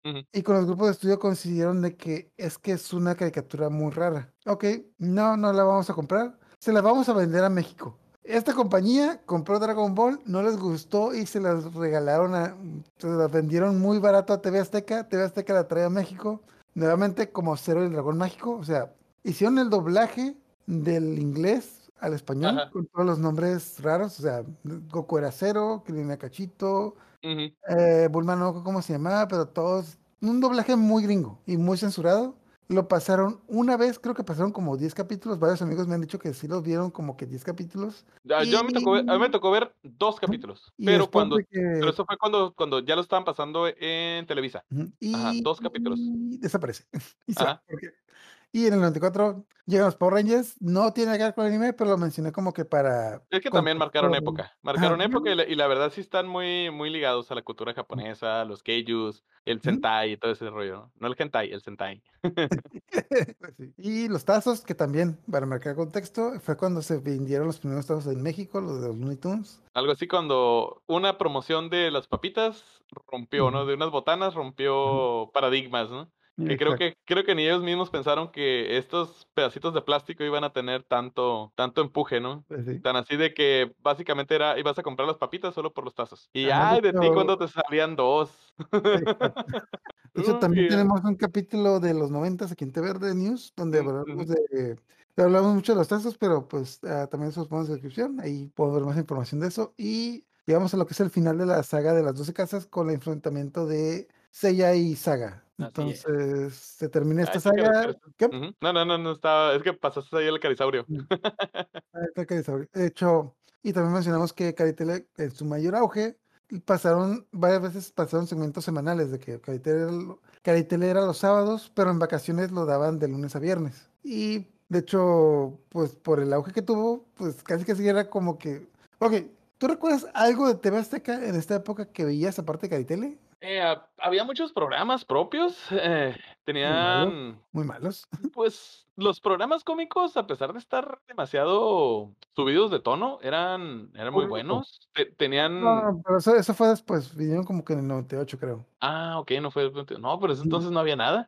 Ujú. Y con los grupos de estudio coincidieron de que es que es una caricatura muy rara. Ok, no, no la vamos a comprar. Se la vamos a vender a México. Esta compañía compró Dragon Ball, no les gustó y se las regalaron a... Se las vendieron muy barato a T V Azteca. T V Azteca la trae a México. Nuevamente como Cero y el Dragón Mágico. O sea, hicieron el doblaje del inglés al español Ajá. con todos los nombres raros. O sea, Goku era Cero, Krillin era Cachito, Ujú. eh, Bulma no me acuerdo cómo se llamaba, pero todos, un doblaje muy gringo y muy censurado. Lo pasaron una vez, creo que pasaron como diez capítulos. Varios amigos me han dicho que sí los vieron como que diez capítulos. Ya, yo a mí me tocó ver a mí me Y, tocó ver dos capítulos, y pero después cuando de pero que... eso fue cuando cuando ya lo estaban pasando en Televisa. Ujú, Ajá, Y, dos capítulos. y desaparece. Y se va. Ajá. Porque... Y en el noventa y cuatro llegan los Power Rangers. No tiene que ver con el anime, pero lo mencioné como que para Es que también marcaron contexto. época, Ajá, marcaron época y la y la verdad sí están muy muy ligados a la cultura japonesa, los Kaijus, el ujú. Sentai y todo ese rollo, ¿no? No el hentai, el Sentai. Pues sí. Y los tazos, que también, para marcar contexto, fue cuando se vendieron los primeros tazos en México, los de los Looney Tunes. Algo así cuando una promoción de las papitas rompió, ¿no? Ujú, De unas botanas ujú. rompió paradigmas, ¿no? Que creo Exacto. que creo que ni ellos mismos pensaron que estos pedacitos de plástico iban a tener tanto tanto empuje, ¿no? Pues sí. Tan así de que básicamente era ibas a comprar las papitas solo por los tazos. Y Ajá, de ay de ti hecho, cuando te salían dos. exacto. De hecho, también Uy, ah, tenemos un capítulo de los noventas aquí en T V Verde News, donde mm, hablamos ujú. de, hablamos mucho de los tazos, pero pues ah, también eso los ponemos en la descripción, ahí puedo ver más información de eso. Y llegamos a lo que es el final de la saga de las doce casas con el enfrentamiento de Seiya y Saga. Así es. Entonces, se termina esta Ay, qué saga. caracteres. ¿Qué? Ujú. No, no, no, no estaba es que pasaste ahí el carisaurio. Ah, está Carisaurio. De hecho, y también mencionamos que Caritele en su mayor auge pasaron, varias veces pasaron segmentos semanales de que Caritele era, lo- Caritele era los sábados, pero en vacaciones lo daban de lunes a viernes. Y de hecho, pues por el auge que tuvo, pues casi casi era como que... Ok, ¿tú recuerdas algo de T V Azteca en esta época que veías aparte de Caritele? Eh, ha había muchos programas propios, eh, Muy malos, tenían, muy malos. pues, los programas cómicos, a pesar de estar demasiado subidos de tono, eran eran muy Público. buenos. Te tenían No, pero eso, eso fue después, vinieron como que en el noventa y ocho creo. ah, okey, no fue no, pero eso entonces no había nada.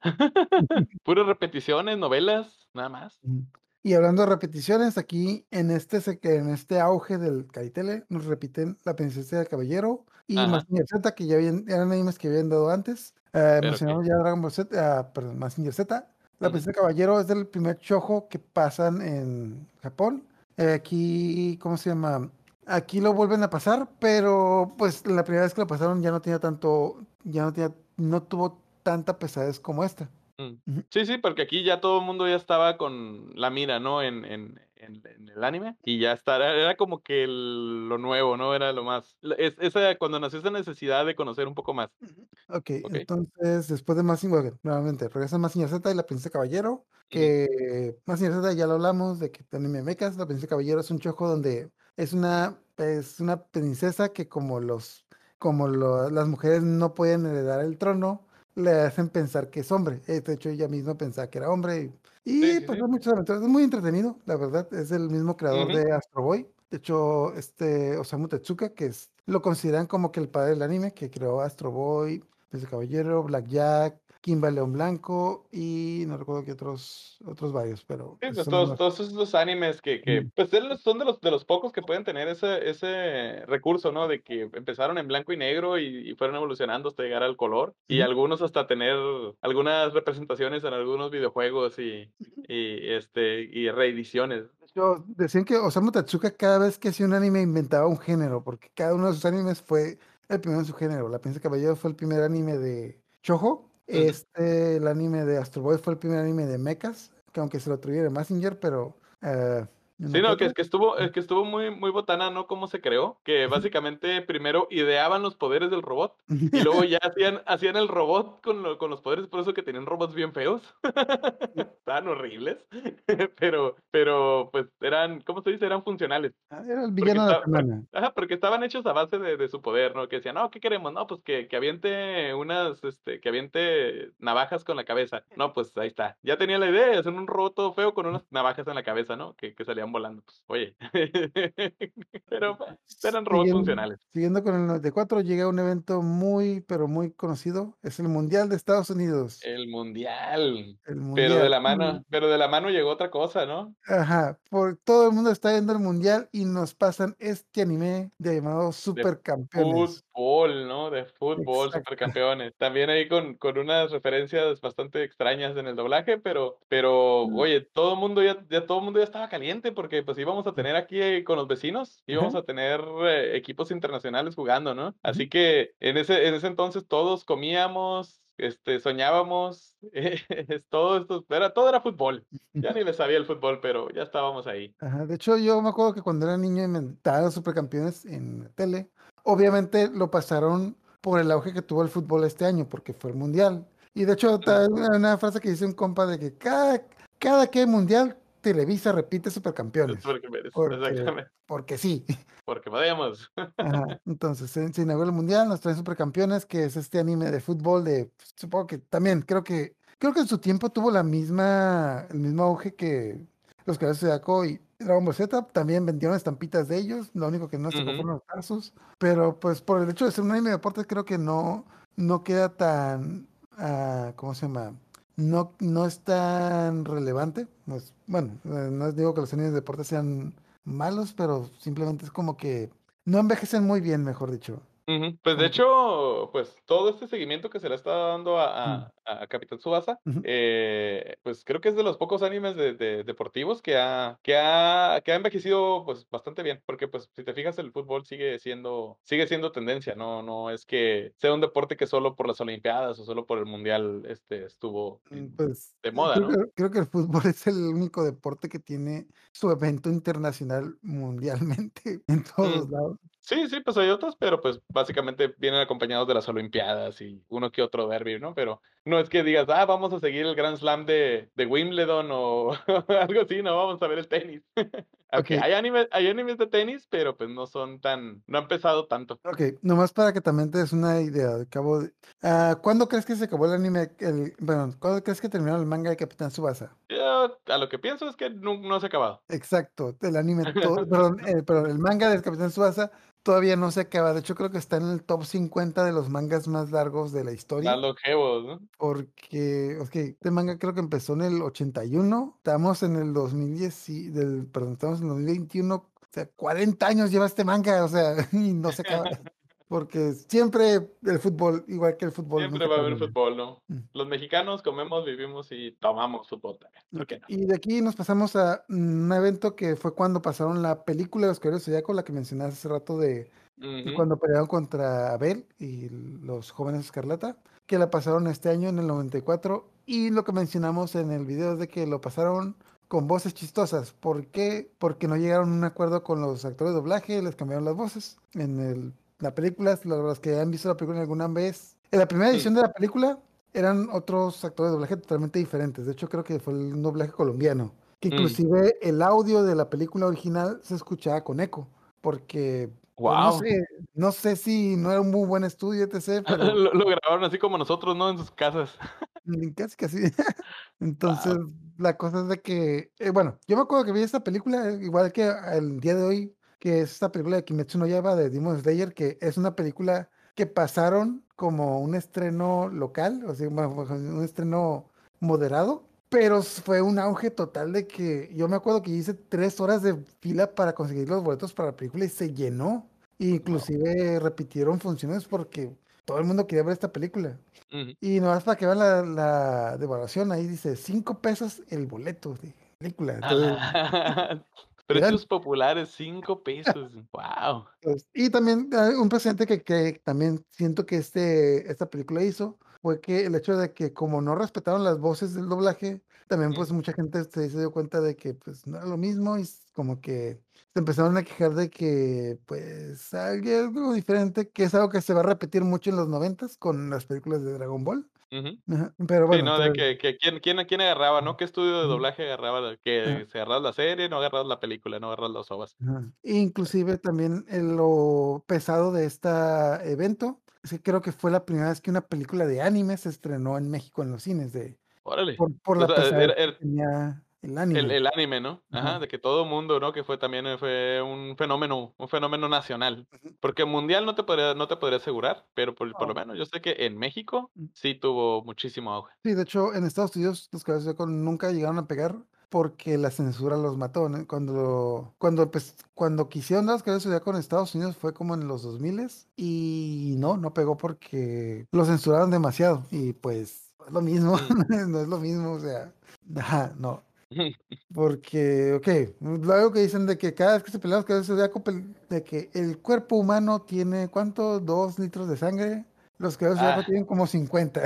Puras repeticiones, novelas, nada más. Ujú. Y hablando de repeticiones, aquí en este, se- que en este auge del Caritele, nos repiten La Princesa y el Caballero y Ajá, Mazinger Z, que ya habían, eran animes que habían dado antes. Eh, pero que mencionamos ya Dragon Ball Z, ah, perdón, Mazinger Z. La ujú, Princesa y el Caballero es el primer shoujo que pasan en Japón. Eh, aquí, ¿cómo se llama? Aquí lo vuelven a pasar, pero pues la primera vez que lo pasaron ya no tenía tanto, ya no tenía, no tuvo tanta pesadez como esta. mm. Ujú, Sí, sí, porque aquí ya todo el mundo ya estaba con la mira, ¿no? En en en en el anime, y ya está, era era como que el lo nuevo, ¿no? Era lo más la es esa cuando nació esa necesidad de conocer un poco más, ujú. Ok, ¿okey? entonces después de Mazinger, bueno, nuevamente, regresa Mazinger Z y la Princesa Caballero, Ujú, que Mazinger Z ya lo hablamos, de que anime mechas, la Princesa Caballero es un chojo donde es una, es una princesa que como los, como lo- las mujeres no pueden heredar el trono, le hacen pensar que es hombre. Eh, De hecho, ella misma pensaba que era hombre. sí, Y, y sí, pasó sí. muchas aventuras. Es muy entretenido, la verdad. Es el mismo creador Ujú, de Astro Boy. De hecho, este Osamu Tezuka, que es, lo consideran como que el padre del anime, que creó Astro Boy, Princesa Caballero, Blackjack, Kimba León Blanco y no recuerdo qué otros, otros varios, pero sí, esos pues son los todos más. todos esos animes que que, Mm, pues, son los son de los de los pocos que pueden tener ese ese recurso, ¿no? De que empezaron en blanco y negro y y fueron evolucionando hasta llegar al color, y ujú, algunos hasta tener algunas representaciones en algunos videojuegos y ujú. y, este, y reediciones. De hecho, decían que Osamu Tezuka cada vez que hacía un anime inventaba un género, porque cada uno de sus animes fue el primero en su género. La Princesa Caballero fue el primer anime de Shoujo. Ujú. Este, el anime de Astro Boy fue el primer anime de mechas, que aunque se lo atribuye a Mazinger, pero eh, Sí, uno que no, que otro. es que estuvo es que estuvo muy muy botana, ¿no? Cómo se creó, que básicamente primero ideaban los poderes del robot, y luego ya hacían hacían el robot con lo con los poderes, por eso que tenían robots bien feos. Estaban horribles, pero pero, pues, eran, ¿cómo se dice? Eran funcionales, Ah, era el porque villano de la esta por semana. ajá, porque estaban hechos a base de de su poder, ¿no? Que decían: "No, ¿qué queremos? No, pues que que aviente unas, este, que aviente navajas con la cabeza". No, pues ahí está. Ya tenía la idea de hacer un robot todo feo con unas navajas en la cabeza, ¿no? Que que salían salían volando, pues, oye. Pero, pues, eran robots Siguiendo funcionales. siguiendo con el noventa y cuatro, llega un evento muy, pero muy conocido, es el Mundial de Estados Unidos. El mundial, El pero de Mundial. la Y mano pero de la mano llegó otra cosa, ¿no? ajá, por todo el mundo está viendo el Mundial y nos pasan este anime de llamado De Supercampeones. fútbol, ¿no? De fútbol, Exacto. Supercampeones. También ahí con con unas referencias bastante extrañas en el doblaje, pero pero, oye, todo mundo ya ya todo mundo ya estaba caliente porque, pues, íbamos a tener aquí eh, con los vecinos, íbamos Ajá, a tener, eh, equipos internacionales jugando, ¿no? ujú. Así que en ese en ese entonces todos comíamos, este, soñábamos, es todo esto era todo era fútbol. Ya ni le sabía el fútbol, pero ya estábamos ahí. Ajá, de hecho, yo me acuerdo que cuando era niño y me daban los Supercampeones en la tele, obviamente lo pasaron por el auge que tuvo el fútbol este año, porque fue el Mundial. Y de hecho, ta- una, una frase que dice un compa de que cada, cada que hay Mundial, Televisa repite Es Supercampeones, porque merece porque, exactamente, porque sí. porque podíamos. Ajá, entonces se, se inaugura el Mundial, nos traen Supercampeones, que es este anime de fútbol de, pues, supongo que también, creo que, creo que en su tiempo tuvo la misma, el mismo auge que los Caballeros de Zodiaco y Dragon Ball Z, también vendieron estampitas de ellos, lo único que no sacó Ujú, fueron los tazos, pero pues por el hecho de ser un anime de deporte creo que no, no queda tan, ah, ¿cómo se llama? No, no es tan relevante, pues, bueno, eh, no digo que los animes de deporte sean malos, pero simplemente es como que no envejecen muy bien, mejor dicho. ujú. Pues, de Como que hecho, pues, todo este seguimiento que se le está dando mm, a a a Capitán Tsubasa, ujú, eh, pues, creo que es de los pocos animes de de deportivos que ha que ha que ha envejecido, pues, bastante bien, porque, pues, si te fijas, el fútbol sigue siendo sigue siendo tendencia, no no es que sea un deporte que solo por las olimpiadas o solo por el mundial, este, estuvo mm, en pues, de eh, moda, creo que ¿no? creo que el fútbol es el único deporte que tiene su evento internacional mundialmente en Mm. todos lados. Sí, sí, pues hay otros, pero, pues, básicamente vienen acompañados de las olimpiadas y uno que otro derbi, ¿no? Pero no es que digas: "Ah, vamos a seguir el Grand Slam de de Wimbledon", o algo así, no, vamos a ver el tenis. Aunque Okey, hay anime hay animes de tenis, pero, pues, no son tan no han pesado tanto. okey, nomás para que también te des una idea, de cabo de ah, ¿cuándo crees que se acabó el anime? El bueno, ¿cuándo crees que terminó el manga de Capitán Tsubasa? Yo a lo que pienso es que no no se ha acabado. Exacto, el anime, to perdón, eh, perdón, el manga del Capitán Tsubasa todavía no se acaba. De hecho, creo que está en el top cincuenta de los mangas más largos de la Más historia, longevos, ¿no? porque, okey, este manga creo que empezó en el ochenta y uno, estamos en el dos mil diez y del perdón, estamos en el dos mil veintiuno, o sea, cuarenta años lleva este manga, o sea, y no se acaba, porque siempre el fútbol, igual que el fútbol, Siempre nunca va a haber termina. fútbol, ¿no? Mm. Los mexicanos comemos, vivimos y tomamos fútbol también, ¿por Ok, qué no? y de aquí nos pasamos a un evento que fue cuando pasaron la película de los Caballeros Zodiaco, la que mencionaste hace rato de, de Ujú, cuando pelearon contra Abel y los jóvenes Escarlata, que la pasaron este año en el noventa y cuatro, y lo que mencionamos en el video es de que lo pasaron con voces chistosas. ¿Por qué? Porque no llegaron a un acuerdo con los actores de doblaje, les cambiaron las voces. En el, la película, los que han visto la película alguna vez, en la primera mm, edición de la película eran otros actores de doblaje totalmente diferentes. De hecho, creo que fue el doblaje colombiano. Que mm. inclusive el audio de la película original se escuchaba con eco. Porque, pues no Guau. sé, no sé si no era un muy buen estudio, etcétera, pero Lo lo grabaron así como nosotros, ¿no? En sus casas. mm, casi casi. Entonces, Guau. la cosa es de que, eh, bueno, yo me acuerdo que vi esta película, eh, igual que el día de hoy, que es esta película de Kimetsu no Yaiba de Demon Slayer, que es una película que pasaron como un estreno local, o sea, bueno, un estreno moderado, pero fue un auge total de que yo me acuerdo que hice tres horas de fila para conseguir los boletos para la película y se llenó. Guau. Inclusive repitieron funciones porque todo el mundo quería ver esta película. Ujú. Y nomás para que vean la, la devaluación, ahí dice cinco pesos el boleto de película. A Entonces, la vean, precios populares, cinco pesos. Guau. pues, y también eh, un precedente que, que también siento que este, esta película hizo fue que el hecho de que como no respetaron las voces del doblaje, también pues Ujú. mucha gente se, se dio cuenta de que pues no era lo mismo y s- como que se empezaron a quejar de que pues hay algo diferente, que es algo que se va a repetir mucho en los noventas con las películas de Dragon Ball. Ujú. Ajá, pero Sí, bueno, ¿no? De entonces... que que quién quién a quién agarraba, ¿no? ¿Qué estudio de Ujú. doblaje agarraba? Que si agarrabas la serie, no agarrabas la película, no agarrabas las O V As. Ajá. Inclusive también en lo pesado de este evento es que creo que fue la primera vez que una película de anime se estrenó en México en los cines de Órale. por, por O la sea, pesadez era que era tenía. El El anime. el anime, ¿no? Ajá, Ajá. de que todo mundo, ¿no? Que fue también, eh, fue un fenómeno un fenómeno nacional. Ujú. Porque mundial no te podría no te podría asegurar, pero por por lo No. menos yo sé que en México Mm. sí tuvo muchísimo auge. Sí, de hecho, en Estados Unidos los Caballeros del Zodiaco nunca llegaron a pegar porque la censura los mató, ¿no? Cuando, cuando, pues, cuando quisieron dar los Caballeros del Zodiaco en Estados Unidos fue como en los dos mil y no, no pegó porque lo censuraron demasiado y pues es lo mismo, Mm. no es lo mismo, o sea, ajá, no. Porque, ok, luego que dicen de que cada vez que se pelean los Caballeros del Zodiaco, pel- de que el cuerpo humano tiene, ¿cuánto? Dos litros de sangre. Los Caballeros del Zodiaco Ah. tienen como cincuenta.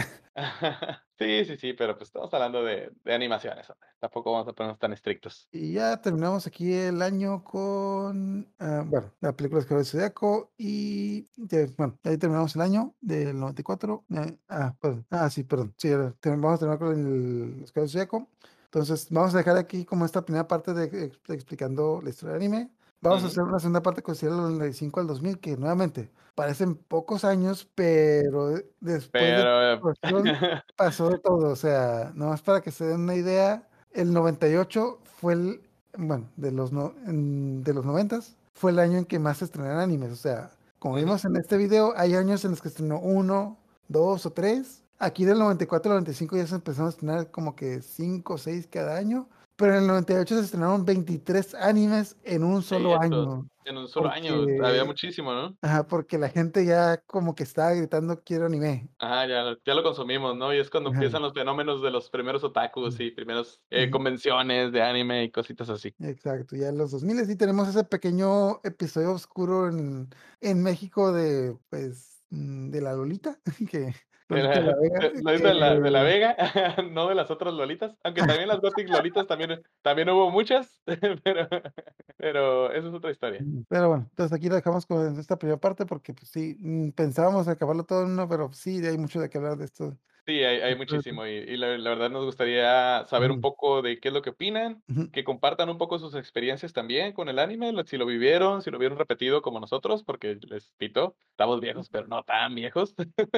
Sí, sí, sí, pero, pues, estamos hablando de de animaciones, hombre. Tampoco vamos a ponernos tan estrictos. Y ya terminamos aquí el año con, ah, bueno, la película Escalera del Zodiaco y, ya, bueno, ahí terminamos el año del noventa y cuatro. eh, ah, perdón, ah, sí, perdón, sí, era- ter- vamos a terminar con el Escalera del Zodiaco. Entonces, vamos a dejar aquí como esta primera parte de ex- explicando la historia del anime. Vamos a Ujú. hacer una segunda parte considerando el noventa y cinco al dos mil, que nuevamente parecen pocos años, pero de- después de Pero la explosión pasó de todo. O sea, nomás para que se den una idea, el noventa y ocho fue el, bueno, de los, no, en- de los noventas, fue el año en que más se estrenaron animes. O sea, como ujú. vimos en este video, hay años en los que estrenó uno, dos o tres. Aquí del noventa y cuatro al noventa y cinco ya se empezaron a estrenar como que cinco o seis cada año. Pero en el noventa y ocho se estrenaron veintitrés animes en un solo Cierto, año. en un solo año, había Porque, muchísimo, ¿no? ajá, porque la gente ya como que estaba gritando quiero anime. Ajá, ya ya lo consumimos, ¿no? Y es cuando Ajá, empiezan los fenómenos de los primeros otakus ujú, y primeros, eh, ujú. convenciones de anime y cositas así. Exacto, ya en los dos mil sí tenemos ese pequeño episodio oscuro en, en México de, pues, mm, de la Lolita, que De Lolita de la la Vega, de lo que, de la de la Vega, no de las otras lolitas, aunque también las Gothic lolitas también también hubo muchas, pero pero eso es otra historia. mm, pero bueno, entonces aquí lo dejamos con esta primera parte porque, pues sí, mm, pensábamos acabarlo todo en uno, pero sí, hay mucho de qué hablar de esto. Sí, hay hay muchísimo, y y la la verdad nos gustaría saber un Ujú, poco de qué es lo que opinan, ujú, que compartan un poco sus experiencias también con el anime, lo si lo vivieron, si lo vieron repetido como nosotros, porque les repito, estamos viejos, pero no tan viejos.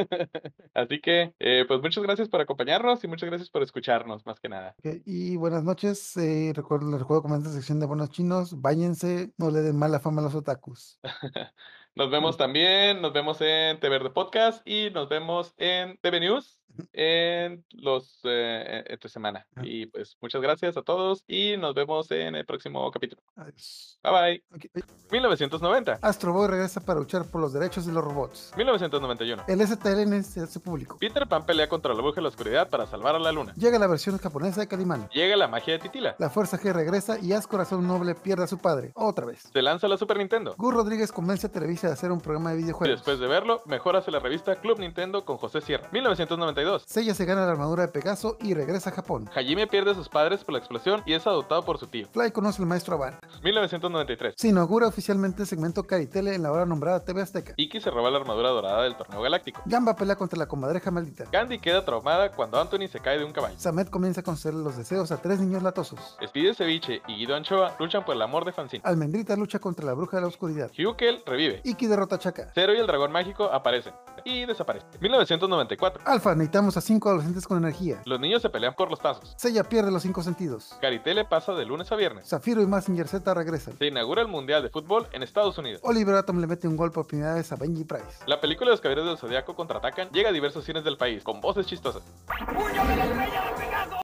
Así que, eh, pues, muchas gracias por acompañarnos y muchas gracias por escucharnos, más que nada. ok, y buenas noches, eh, recuerdo, les recuerdo como en esta sección de buenos chinos, váyanse, no le den mala fama a los otakus. Nos vemos también, nos vemos en T Verde Podcast y nos vemos en T V News en los, eh, e entre semana. Ajá, Y, pues, muchas gracias a todos y nos vemos en el próximo capítulo. adiós. Bye, bye. Ok, eh, mil novecientos noventa, Astro Boy regresa para luchar por los derechos de los robots. mil novecientos noventa y uno. El S T L N se hace público. Peter Pan pelea contra la bruja de la oscuridad para salvar a la luna. Llega la versión japonesa de Calimán. Llega la magia de Titila. La Fuerza G regresa y As Corazón Noble pierde a su padre. Otra vez. Se lanza la Super Nintendo. Gus Rodríguez convence a Televisa de hacer un programa de Y videojuegos. después de verlo, mejor hace la revista Club Nintendo con José Sierra. mil novecientos noventa y dos. Seiya se gana la armadura de Pegaso y regresa a Japón. Hajime pierde a sus padres por la explosión y es adoptado por su tío. Fly conoce al maestro Aban. mil novecientos noventa y tres. Se inaugura oficialmente el segmento Caritele en la hora nombrada T V Azteca. Iki se roba la armadura dorada del torneo galáctico. Gamba pelea contra la comadreja maldita. Candy queda traumada cuando Anthony se cae de un caballo. Samet comienza a conceder los deseos a tres niños latosos. Speedy Ceviche y Guido Anchoa luchan por el amor de Francine. Almendrita lucha contra la bruja de la oscuridad. Hyukel revive. Iki derrota a Chaka. Zero y el dragón mágico aparecen y desaparecen. mil novecientos noventa y cuatro. Alfa, necesitamos a cinco adolescentes con energía. Los niños se pelean por los tazos. Seiya pierde los cinco sentidos. Caritele pasa de lunes a viernes. Zafiro y Mazinger Z regresan. Se inaugura el Mundial de Fútbol en Estados Unidos. Oliver Atom le mete un gol por primera vez a Benji Price. La película de los Caballeros del Zodiaco contraatacan llega a diversos cines del país con voces chistosas.